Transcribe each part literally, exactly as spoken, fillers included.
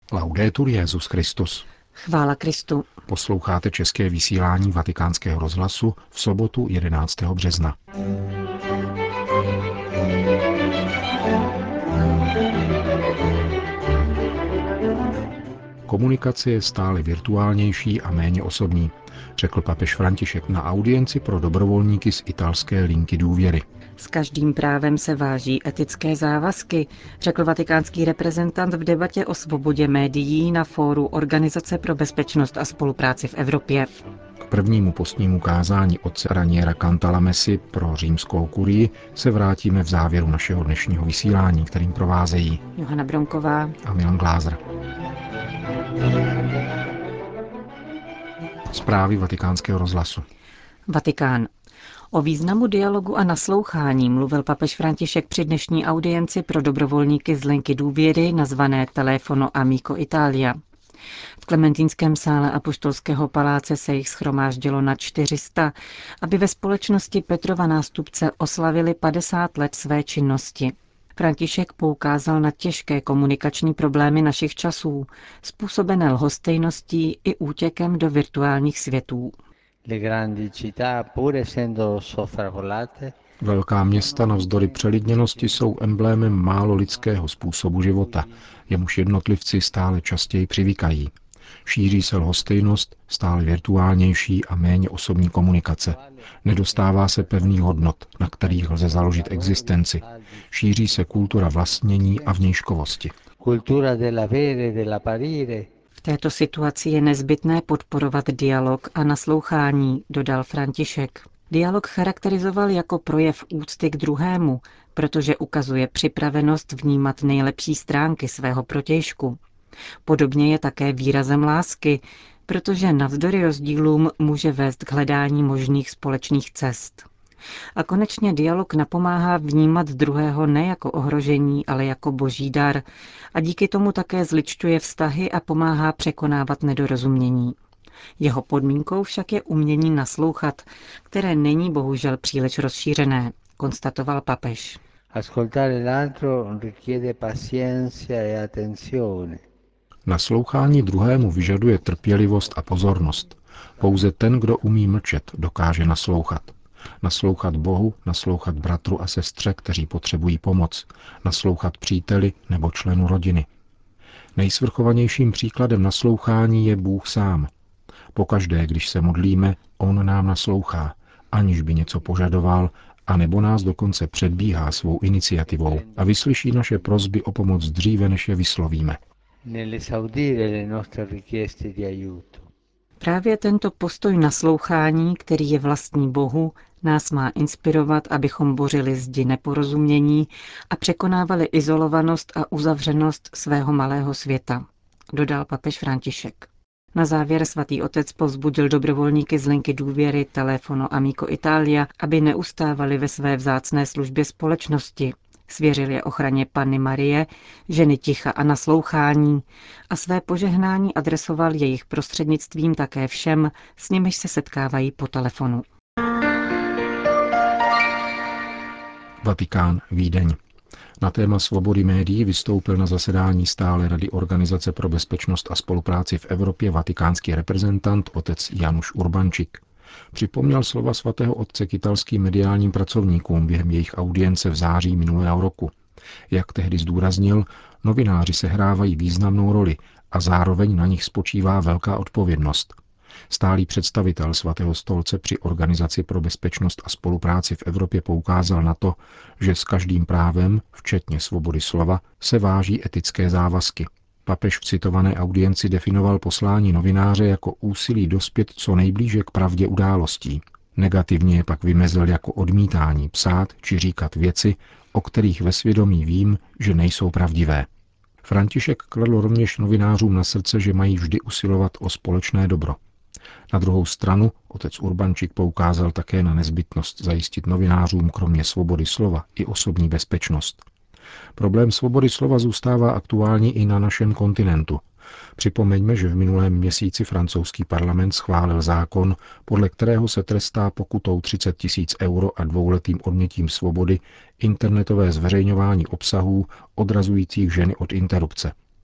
Laudetur Jesus Christus. Chvála Kristu. Posloucháte české vysílání Vatikánského rozhlasu v sobotu jedenáctého března. Komunikace je stále virtuálnější a méně osobní, řekl papež František na audienci pro dobrovolníky z italské linky důvěry. S každým právem se váží etické závazky, řekl vatikánský reprezentant v debatě o svobodě médií na fóru Organizace pro bezpečnost a spolupráci v Evropě. K prvnímu postnímu kázání otce Raniera Cantalamessy pro římskou kurii se vrátíme v závěru našeho dnešního vysílání, kterým provázejí Johana Bronková a Milan Glázer. Zprávy Vatikánského rozhlasu. Vatikán. O významu dialogu a naslouchání mluvil papež František při dnešní audienci pro dobrovolníky z linky důvěry nazvané Telefono Amico Italia. V Klementínském sále Apoštolského paláce se jich shromáždilo na čtyři sta, aby ve společnosti Petrova nástupce oslavili padesát let své činnosti. František poukázal na těžké komunikační problémy našich časů, způsobené lhostejností i útěkem do virtuálních světů. Velká města navzdory přelidněnosti jsou emblémem málo lidského způsobu života, jemuž jednotlivci stále častěji přivykají. Šíří se lhostejnost, stále virtuálnější a méně osobní komunikace. Nedostává se pevných hodnot, na kterých lze založit existenci. Šíří se kultura vlastnění a vnějškovosti. V této situaci je nezbytné podporovat dialog a naslouchání, dodal František. Dialog charakterizoval jako projev úcty k druhému, protože ukazuje připravenost vnímat nejlepší stránky svého protějšku. Podobně je také výrazem lásky, protože navzdory rozdílům může vést k hledání možných společných cest. A konečně dialog napomáhá vnímat druhého ne jako ohrožení, ale jako boží dar a díky tomu také zličťuje vztahy a pomáhá překonávat nedorozumění. Jeho podmínkou však je umění naslouchat, které není bohužel příliš rozšířené, konstatoval papež. Naslouchání druhému vyžaduje trpělivost a pozornost. Pouze ten, kdo umí mlčet, dokáže naslouchat. Naslouchat Bohu, naslouchat bratru a sestře, kteří potřebují pomoc, naslouchat příteli nebo členu rodiny. Nejsvrchovanějším příkladem naslouchání je Bůh sám. Pokaždé, když se modlíme, on nám naslouchá, aniž by něco požadoval, anebo nás dokonce předbíhá svou iniciativou a vyslyší naše prosby o pomoc dříve, než je vyslovíme. Právě tento postoj naslouchání, který je vlastní Bohu, nás má inspirovat, abychom bořili zdi neporozumění a překonávali izolovanost a uzavřenost svého malého světa, dodal papež František. Na závěr svatý otec povzbudil dobrovolníky z linky důvěry Telefono Amico Italia, aby neustávali ve své vzácné službě společnosti. Svěřil je ochraně Panny Marie, ženy ticha a naslouchání a své požehnání adresoval jejich prostřednictvím také všem, s nimiž se setkávají po telefonu. Vatikán, Vídeň. Na téma svobody médií vystoupil na zasedání stále Rady Organizace pro bezpečnost a spolupráci v Evropě vatikánský reprezentant otec Januš Urbančík. Připomněl slova svatého otce k italským mediálním pracovníkům během jejich audience v září minulého roku. Jak tehdy zdůraznil, novináři sehrávají významnou roli a zároveň na nich spočívá velká odpovědnost. Stálý představitel svatého stolce při Organizaci pro bezpečnost a spolupráci v Evropě poukázal na to, že s každým právem, včetně svobody slova, se váží etické závazky. Papež v citované audienci definoval poslání novináře jako úsilí dospět co nejblíže k pravdě událostí. Negativně je pak vymezil jako odmítání psát či říkat věci, o kterých ve svědomí vím, že nejsou pravdivé. František kladl rovněž novinářům na srdce, že mají vždy usilovat o společné dobro. Na druhou stranu otec Urbančík poukázal také na nezbytnost zajistit novinářům kromě svobody slova i osobní bezpečnost. Problém svobody slova zůstává aktuální i na našem kontinentu. Připomeňme, že v minulém měsíci francouzský parlament schválil zákon, podle kterého se trestá pokutou třicet tisíc euro a dvouletým odnětím svobody internetové zveřejňování obsahů odrazujících ženy od interrupce.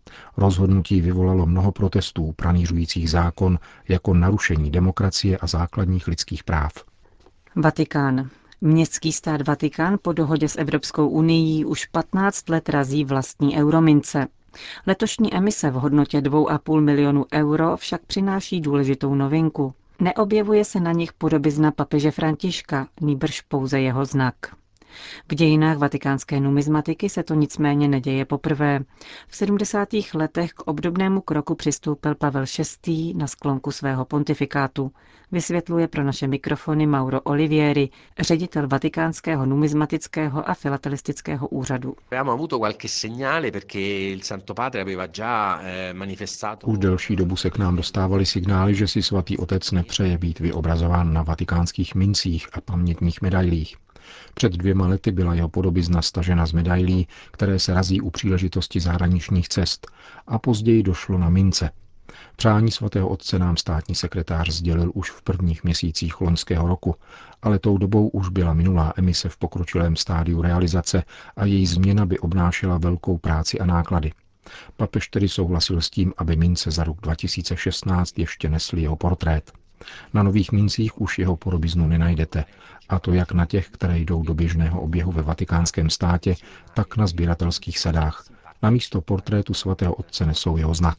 Rozhodnutí vyvolalo mnoho protestů pranířujících zákon jako narušení demokracie a základních lidských práv. Vatikán. Městský stát Vatikán po dohodě s Evropskou unií už patnáct let razí vlastní euromince. Letošní emise v hodnotě dvou a půl milionu euro však přináší důležitou novinku. Neobjevuje se na nich podobizna papeže Františka, nýbrž pouze jeho znak. V dějinách vatikánské numizmatiky se to nicméně neděje poprvé. V sedmdesátých letech k obdobnému kroku přistoupil Pavel šestý. Na sklonku svého pontifikátu. Vysvětluje pro naše mikrofony Mauro Olivieri, ředitel Vatikánského numizmatického a filatelistického úřadu. Už delší dobu se k nám dostávaly signály, že si svatý otec nepřeje být vyobrazován na vatikánských mincích a pamětních medailích. Před dvěma lety byla jeho podobizna stažena z medailí, které se razí u příležitosti zahraničních cest, a později došlo na mince. Přání svatého otce nám státní sekretář sdělil už v prvních měsících loňského roku, ale tou dobou už byla minulá emise v pokročilém stádiu realizace a její změna by obnášela velkou práci a náklady. Papež tedy souhlasil s tím, aby mince za rok dva tisíce šestnáct ještě nesly jeho portrét. Na nových mincích už jeho podobiznu nenajdete, a to jak na těch, které jdou do běžného oběhu ve vatikánském státě, tak na sběratelských sadách. Na místo portrétu svatého otce nesou jeho znak.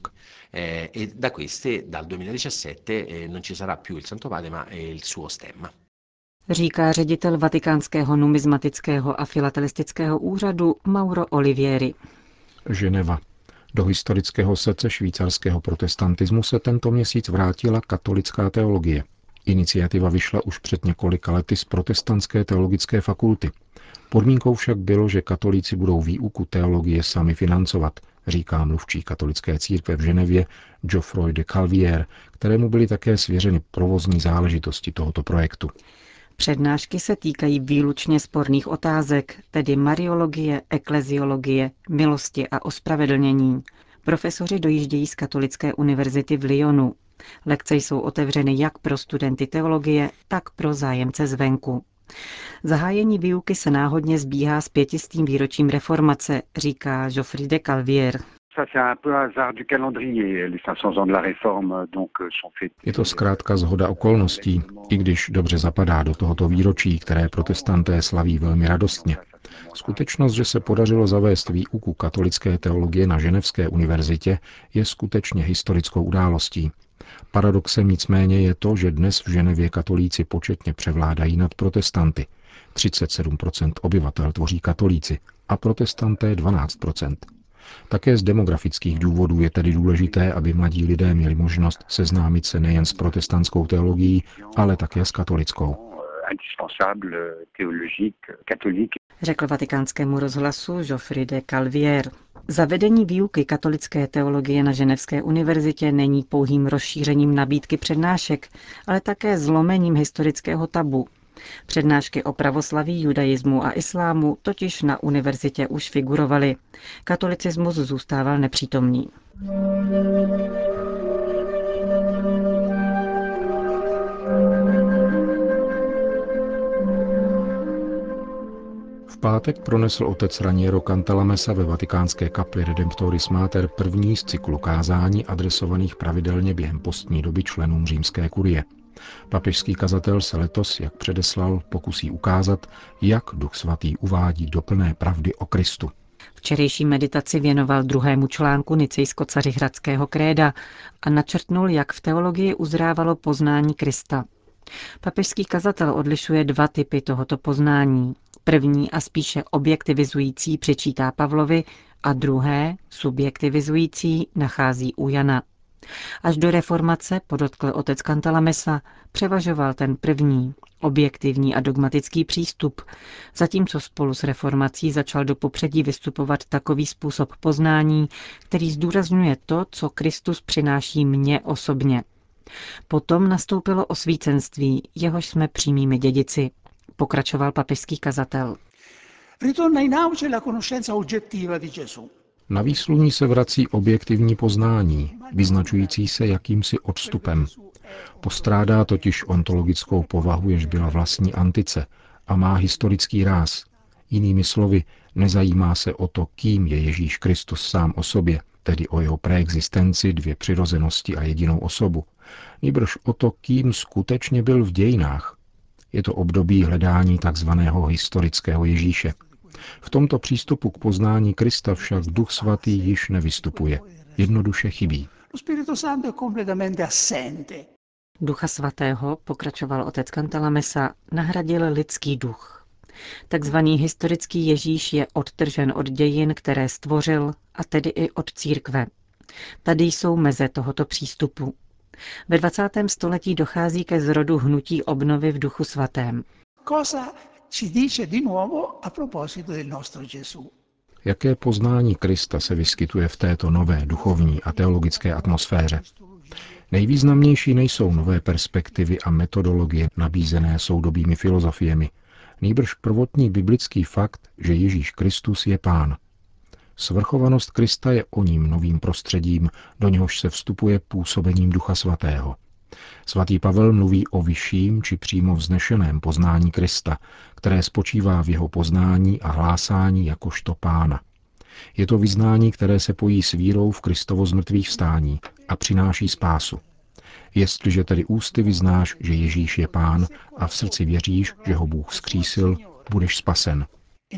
Říká ředitel Vatikánského numizmatického a filatelistického úřadu Mauro Olivieri. Ženeva. Do historického srdce švýcarského protestantismu se tento měsíc vrátila katolická teologie. Iniciativa vyšla už před několika lety z protestantské teologické fakulty. Podmínkou však bylo, že katolíci budou výuku teologie sami financovat, říká mluvčí katolické církve v Ženevě Geoffroy de Calvier, kterému byly také svěřeny provozní záležitosti tohoto projektu. Přednášky se týkají výlučně sporných otázek, tedy mariologie, ekleziologie, milosti a ospravedlnění. Profesoři dojíždějí z Katolické univerzity v Lyonu. Lekce jsou otevřeny jak pro studenty teologie, tak pro zájemce zvenku. Zahájení výuky se náhodně zbíhá s pětistým výročím reformace, říká Geoffroy de Calvier. Je to zkrátka shoda okolností, i když dobře zapadá do tohoto výročí, které protestanté slaví velmi radostně. Skutečnost, že se podařilo zavést výuku katolické teologie na Ženevské univerzitě, je skutečně historickou událostí. Paradoxem nicméně je to, že dnes v Ženevě katolíci početně převládají nad protestanty. třicet sedm procent obyvatel tvoří katolíci a protestanté dvanáct procent. Také z demografických důvodů je tedy důležité, aby mladí lidé měli možnost seznámit se nejen s protestantskou teologií, ale také s katolickou. Řekl Vatikánskému rozhlasu Geoffroy de Calvier. Zavedení výuky katolické teologie na Ženevské univerzitě není pouhým rozšířením nabídky přednášek, ale také zlomením historického tabu. Přednášky o pravoslaví, judaismu a islámu totiž na univerzitě už figurovaly. Katolicismus zůstával nepřítomný. V pátek pronesl otec Raniero Cantalamessa ve vatikánské kapli Redemptoris Mater první z cyklu kázání adresovaných pravidelně během postní doby členům římské kurie. Papežský kazatel se letos, jak předeslal, pokusí ukázat, jak Duch svatý uvádí do plné pravdy o Kristu. Včerejší meditaci věnoval druhému článku nicejsko-cařihradského kréda a načrtnul, jak v teologii uzrávalo poznání Krista. Papežský kazatel odlišuje dva typy tohoto poznání. První a spíše objektivizující přičítá Pavlovi a druhé, subjektivizující, nachází u Jana. Až do reformace, podotkl otec Cantalamessa, převažoval ten první, objektivní a dogmatický přístup, zatímco spolu s reformací začal do popředí vystupovat takový způsob poznání, který zdůrazňuje to, co Kristus přináší mně osobně. Potom nastoupilo osvícenství, jehož jsme přímými dědici, pokračoval papežský kazatel. Na výsluní se vrací objektivní poznání, vyznačující se jakýmsi odstupem. Postrádá totiž ontologickou povahu, jež byla vlastní antice, a má historický ráz. Jinými slovy, nezajímá se o to, kým je Ježíš Kristus sám o sobě, tedy o jeho preexistenci, dvě přirozenosti a jedinou osobu, nýbrž o to, kým skutečně byl v dějinách. Je to období hledání takzvaného historického Ježíše. V tomto přístupu k poznání Krista však Duch Svatý již nevystupuje. Jednoduše chybí. Ducha Svatého, pokračoval otec Cantalamessa, nahradil lidský duch. Takzvaný historický Ježíš je odtržen od dějin, které stvořil, a tedy i od církve. Tady jsou meze tohoto přístupu. Ve dvacátém století dochází ke zrodu hnutí obnovy v Duchu Svatém. Jaké poznání Krista se vyskytuje v této nové duchovní a teologické atmosféře? Nejvýznamnější nejsou nové perspektivy a metodologie nabízené soudobými filozofiemi, nýbrž prvotní biblický fakt, že Ježíš Kristus je Pán. Svrchovanost Krista je oním novým prostředím, do něhož se vstupuje působením Ducha Svatého. Svatý Pavel mluví o vyšším či přímo vznešeném poznání Krista, které spočívá v jeho poznání a hlásání jakožto Pána. Je to vyznání, které se pojí s vírou v Kristovo zmrtvých vstání a přináší spásu. Jestliže tedy ústy vyznáš, že Ježíš je Pán a v srdci věříš, že ho Bůh vzkřísil, budeš spasen.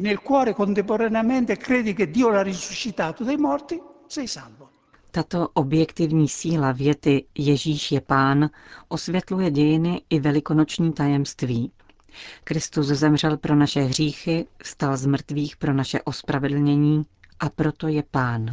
Tato objektivní síla věty Ježíš je Pán osvětluje dějiny i velikonoční tajemství. Kristus zemřel pro naše hříchy, vstal z mrtvých pro naše ospravedlnění a proto je Pán.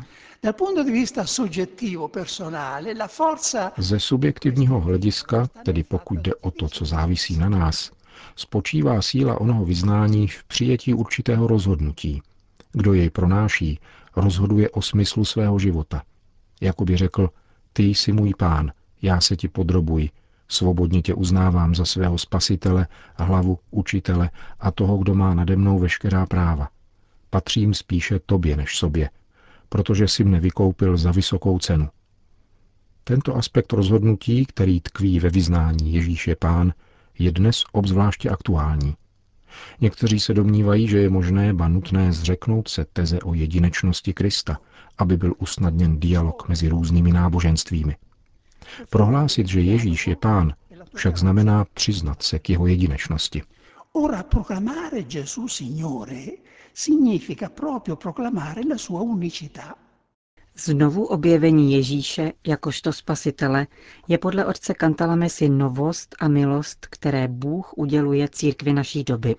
Ze subjektivního hlediska, tedy pokud jde o to, co závisí na nás, spočívá síla onoho vyznání v přijetí určitého rozhodnutí. Kdo jej pronáší, rozhoduje o smyslu svého života. Jakoby řekl, ty jsi můj Pán, já se ti podrobuji, svobodně tě uznávám za svého spasitele, hlavu, učitele a toho, kdo má nade mnou veškerá práva. Patřím spíše tobě než sobě, protože jsi mne vykoupil za vysokou cenu. Tento aspekt rozhodnutí, který tkví ve vyznání Ježíš je Pán, je dnes obzvláště aktuální. Někteří se domnívají, že je možné, ba nutné zřeknout se teze o jedinečnosti Krista, aby byl usnadněn dialog mezi různými náboženstvími. Prohlásit, že Ježíš je Pán, však znamená přiznat se k jeho jedinečnosti. Ora proclamare Gesù Signore significa proprio proclamare la sua unicità. Znovu objevení Ježíše jakožto spasitele je podle otce Cantalamessy novost a milost, které Bůh uděluje církvi naší doby.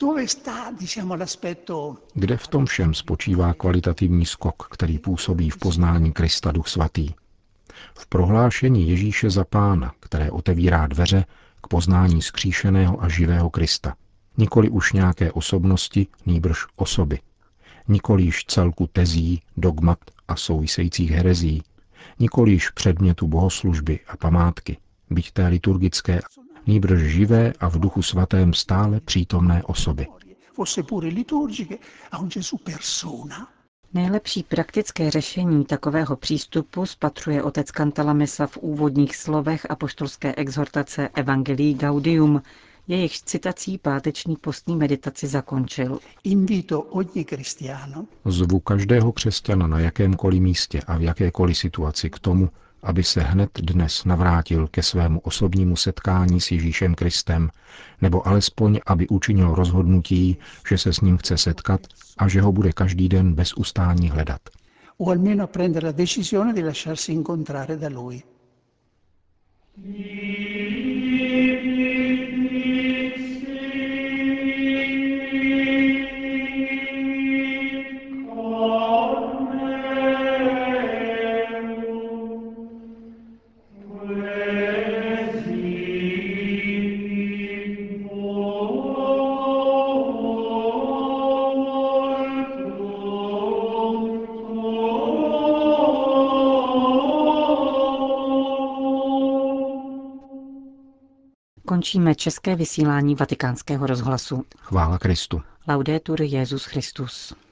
Kde v tom všem spočívá kvalitativní skok, který působí v poznání Krista Duch Svatý? V prohlášení Ježíše za Pána, které otevírá dveře k poznání vzkříšeného a živého Krista. Nikoli už nějaké osobnosti, nýbrž osoby. Nikoli již celku tezí, dogmat a souvisejících herezí. Nikoli již předmětu bohoslužby a památky, byť té liturgické, nýbrž živé a v Duchu Svatém stále přítomné osoby. Nejlepší praktické řešení takového přístupu spatřuje otec Cantalamessa v úvodních slovech apoštolské exhortace Evangelii Gaudium, jejichž citací páteční postní meditaci zakončil. Zvu každého křesťana na jakémkoliv místě a v jakékoliv situaci k tomu, aby se hned dnes navrátil ke svému osobnímu setkání s Ježíšem Kristem, nebo alespoň, aby učinil rozhodnutí, že se s ním chce setkat a že ho bude každý den bez ustání hledat. O almeno prendere la decisione di lasciarsi incontrare da lui. Končíme české vysílání Vatikánského rozhlasu. Chvála Kristu. Laudetur Jesus Christus.